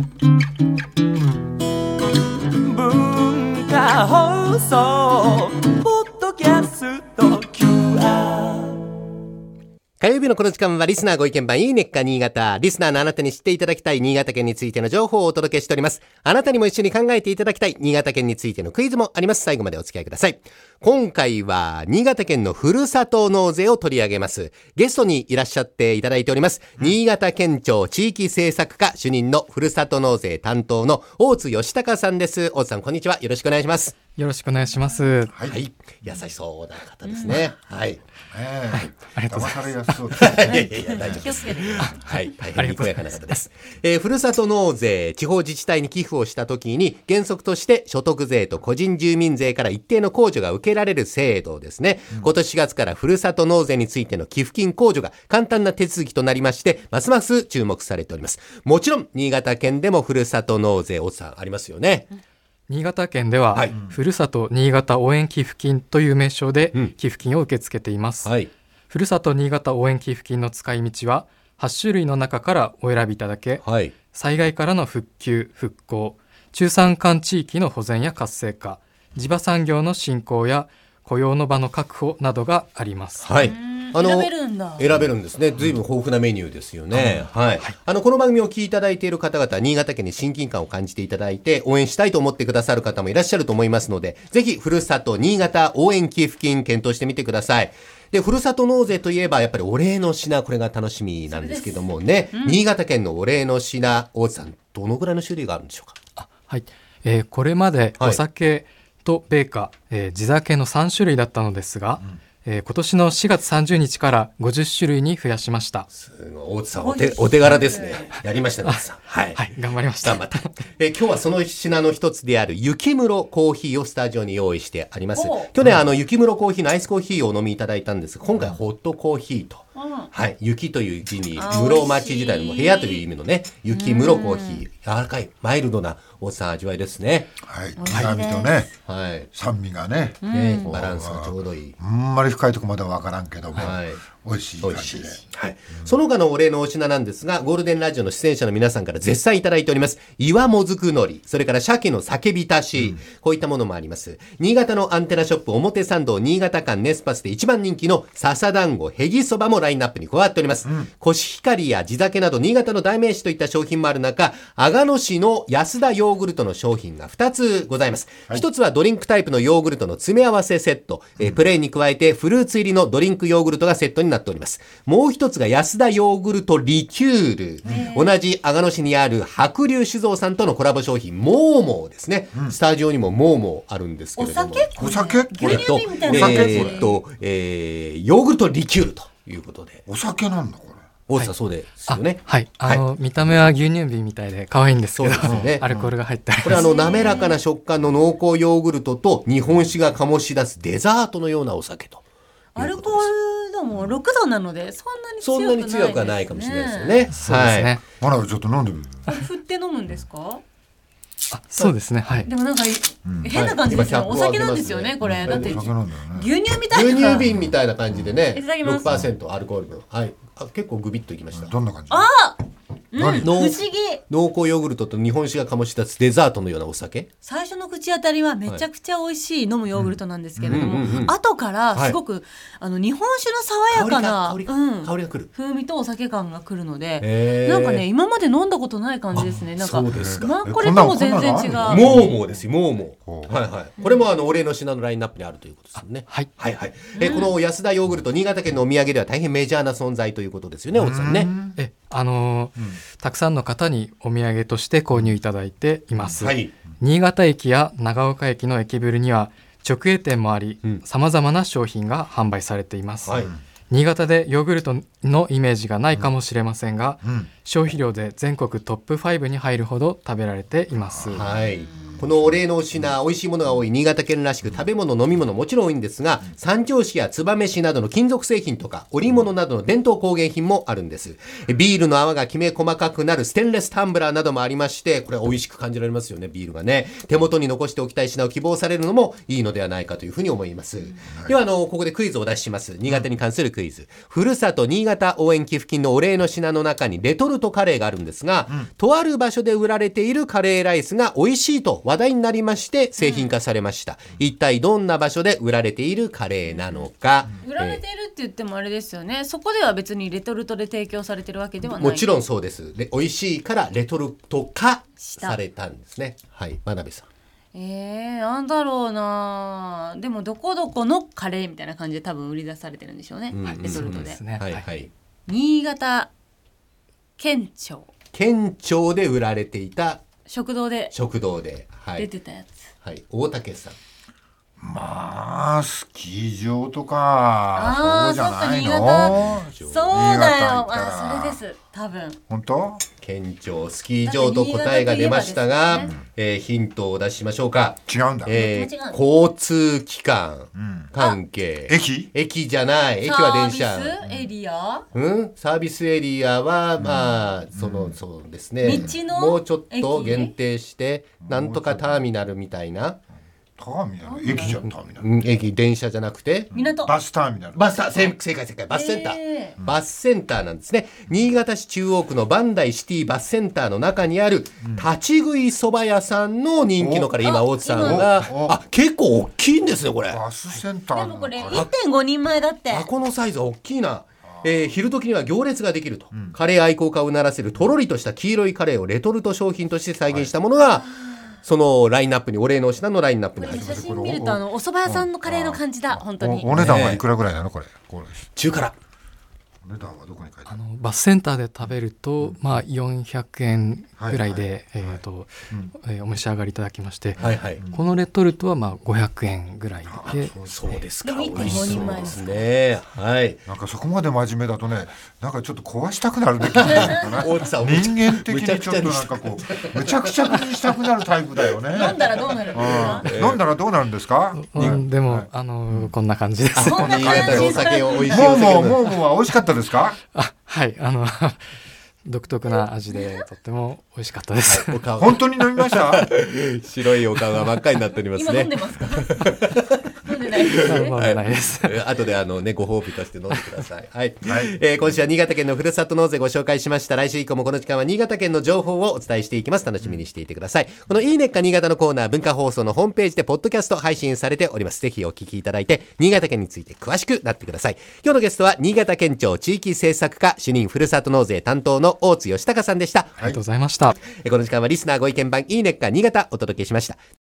文化放送ポッドキャスト QR。 火曜日のこの時間はリスナーご意見番いいねっか新潟。リスナーのあなたに知っていただきたい新潟県についての情報をお届けしております。あなたにも一緒に考えていただきたい新潟県についてのクイズもあります。最後までお付き合いください。今回は新潟県のふるさと納税を取り上げます。ゲストにいらっしゃっていただいております。新潟県庁地域政策課主任のふるさと納税担当の大津義孝さんです。大津さん、こんにちは。よろしくお願いします。 よろしくお願いします。 はい。優しそうな方ですね。はい。 ありがとうございます。 いや大丈夫です。はい、大変にこやかな方です。ふるさと納税、地方自治体に寄付をしたときに原則として所得税と個人住民税から一定の控除が受けられる制度ですね。今年4月からふるさと納税についての寄付金控除が簡単な手続きとなりまして、ますます注目されております。もちろん新潟県でもふるさと納税おさんありますよね。 新潟県では、ふるさと新潟応援寄付金という名称で寄付金を受け付けています。ふるさと新潟応援寄付金の使い道は8種類の中からお選びいただけ、災害からの復旧・復興、中山間地域の保全や活性化、地場産業の振興や雇用の場の確保などがあります。 選べるんだ。 選べるんですね。随分豊富なメニューですよね。この番組を聞いていただいている方々、新潟県に親近感を感じていただいて応援したいと思ってくださる方もいらっしゃると思いますので、ぜひふるさと新潟応援寄付金検討してみてください。で、ふるさと納税といえばやっぱりお礼の品、これが楽しみなんですけどもね、新潟県のお礼の品、大津さん、どのぐらいの種類があるんでしょうか？ これまでお酒と米菓、地酒の3種類だったのですが、今年の4月30日から50種類に増やしました。 すごい、大津さんお手柄ですね。やりましたね、大津さん。 頑張りました。 今日はその品の一つである雪室コーヒーをスタジオに用意してあります。去年雪室コーヒーのアイスコーヒーをお飲みいただいたんですが、今回ホットコーヒーと、雪という字に室町時代の部屋という意味のね、雪室コーヒー、柔らかいマイルドな大津さん味わいですね。 苦味とね、酸味がね、 バランスがちょうどいい。 あんまり深いところまでは分からんけども、美味しい感じで。 その他のお礼のお品なんですが、ゴールデンラジオの出演者の皆さんから絶賛いただいております。岩もずくのり、それから鮭の酒浸し、こういったものもあります。新潟のアンテナショップ表参道新潟館ネスパスで一番人気の笹団子へぎそばもラインナップに加わっております。コシヒカリや地酒など新潟の代名詞といった商品もある中、阿賀野市の安田ヨーグルトの商品が2つございます。一つはドリンクタイプのヨーグルトの詰め合わせセット、プレーンに加えてフルーツ入りのドリンクヨーグルトがセットになっております。もう一つが安田ヨーグルトリキュール、同じ阿賀野市にある白龍酒造さんとのコラボ商品モーモーですね。スタジオにもモーモーあるんですけれども、 お酒牛乳瓶みたいなヨーグルトリキュールということで。 お酒なんだこれ。 大津さん、そうですよね。 見た目は牛乳瓶みたいで可愛いんですけど、アルコールが入ってあります。 これ滑らかな食感の濃厚ヨーグルトと日本酒が醸し出すデザートのようなお酒と。 アルコール度も6度なのでそんなに強くはないかもしれないですよね。 そうですね。 ちょっと飲んでみる。 振って飲むんですか？ そうですね。 でもなんか変な感じですよ。お酒なんですよね、これ。だって牛乳みたいな。 牛乳瓶みたいな感じでね。 いただきます。 6% アルコール分。結構グビッといきました。 どんな感じ？ 不思議。 濃厚ヨーグルトと日本酒が醸し出すデザートのようなお酒。 最初の口当たりはめちゃくちゃ美味しい飲むヨーグルトなんですけれども、後からすごく日本酒の爽やかな香りがくる、 風味とお酒感がくるので、なんかね今まで飲んだことない感じですね。なんかこれとも全然違う。 モーモーですよ、モーモー。これもお礼の品のラインナップにあるということですよね。この安田ヨーグルト、新潟県のお土産では大変メジャーな存在ということですよね、大津さんね。 たくさんの方にお土産として購入いただいています。新潟駅や長岡駅の駅ビルには直営店もあり、さまざまな商品が販売されています。新潟でヨーグルトのイメージがないかもしれませんが、消費量で全国トップ5に入るほど食べられています。 このお礼の品、美味しいものが多い新潟県らしく、食べ物飲み物もちろん多いんですが、三条市や燕市などの金属製品とか織物などの伝統工芸品もあるんです。ビールの泡がきめ細かくなるステンレスタンブラーなどもありまして、これは美味しく感じられますよね。ビールがね、手元に残しておきたい品を希望されるのもいいのではないかというふうに思います。ではここでクイズをお出しします。新潟に関するクイズ。ふるさと新潟応援寄付金のお礼の品の中にレトルトカレーがあるんですが、とある場所で売られているカレーライスが美味しいと話題になりまして製品化されました。一体どんな場所で売られているカレーなのか。 売られているって言ってもあれですよね。そこでは別にレトルトで提供されてるわけではない。 もちろんそうです。で、美味しいからレトルト化されたんですね。はい、真鍋さん。 なんだろうな。でもどこどこのカレーみたいな感じで多分売り出されてるんでしょうね。レトルトで。 はいはい。 新潟県庁で売られていた食堂で、 はい、 出てたやつ。 はい、大竹さん。 まあスキー場とかそうじゃないの？ そうだよ。それです。多分。 本当？ 県庁スキー場と答えが出ましたが、ヒントを出しましょうか。 違うんだ。 交通機関関係。駅じゃない。駅は電車。 サービスエリア？ サービスエリアはまあそうですね。もうちょっと限定してなんとかターミナルみたいな。 ターミナル？駅じゃんターミナル。 駅電車じゃなくてバスターミナル。 正解バスセンター。バスセンターなんですね。新潟市中央区の磐梯シティバスセンターの中にある立ち食いそば屋さんの人気のカレー。今大津さんが結構大きいんですねこれ。 バスセンター。 でもこれ 1.5 人前だって。 箱のサイズ大きいな。昼時には行列ができると、カレー愛好家をうならせるとろりとした黄色いカレーをレトルト商品として再現したものが、そのラインナップにお礼の品のラインナップに入ってます。 写真見るとお蕎麦屋さんのカレーの感じだ。本当にお値段はいくらぐらいなのこれ？ 中辛。 お値段はどこに書いてある？ バスセンターで食べると、まあ400円ぐらいでお召し上がりいただきまして、このレトルトはまあ500円ぐらいで。 そうですか。 でも 1.5 人前ですね。はい。 なんかそこまで真面目だとね、なんかちょっと壊したくなるべきなんだな。人間的にちょっとなんかこうむちゃくちゃにしたくなるタイプだよね。 飲んだらどうなるんですか？ 飲んだらどうなるんですか？ でもこんな感じです。 新潟のお酒を美味しいお酒。 もうは美味しかったですか？ はい、独特な味でとっても美味しかったです。 本当に飲みました？ 白いお顔が真っ赤になっておりますね。 今飲んでますか？飲んでないですね。 飲んでないです。 後でご褒美として飲んでください。はい。今週は新潟県のふるさと納税ご紹介しました。来週以降もこの時間は新潟県の情報をお伝えしていきます。楽しみにしていてください。このいいねっか新潟のコーナー、文化放送のホームページでポッドキャスト配信されております。ぜひお聞きいただいて新潟県について詳しくなってください。今日のゲストは新潟県庁地域政策課主任ふるさと納税担当の大津義孝さんでした。 ありがとうございました。 この時間はリスナーご意見番いいねっか新潟お届けしました。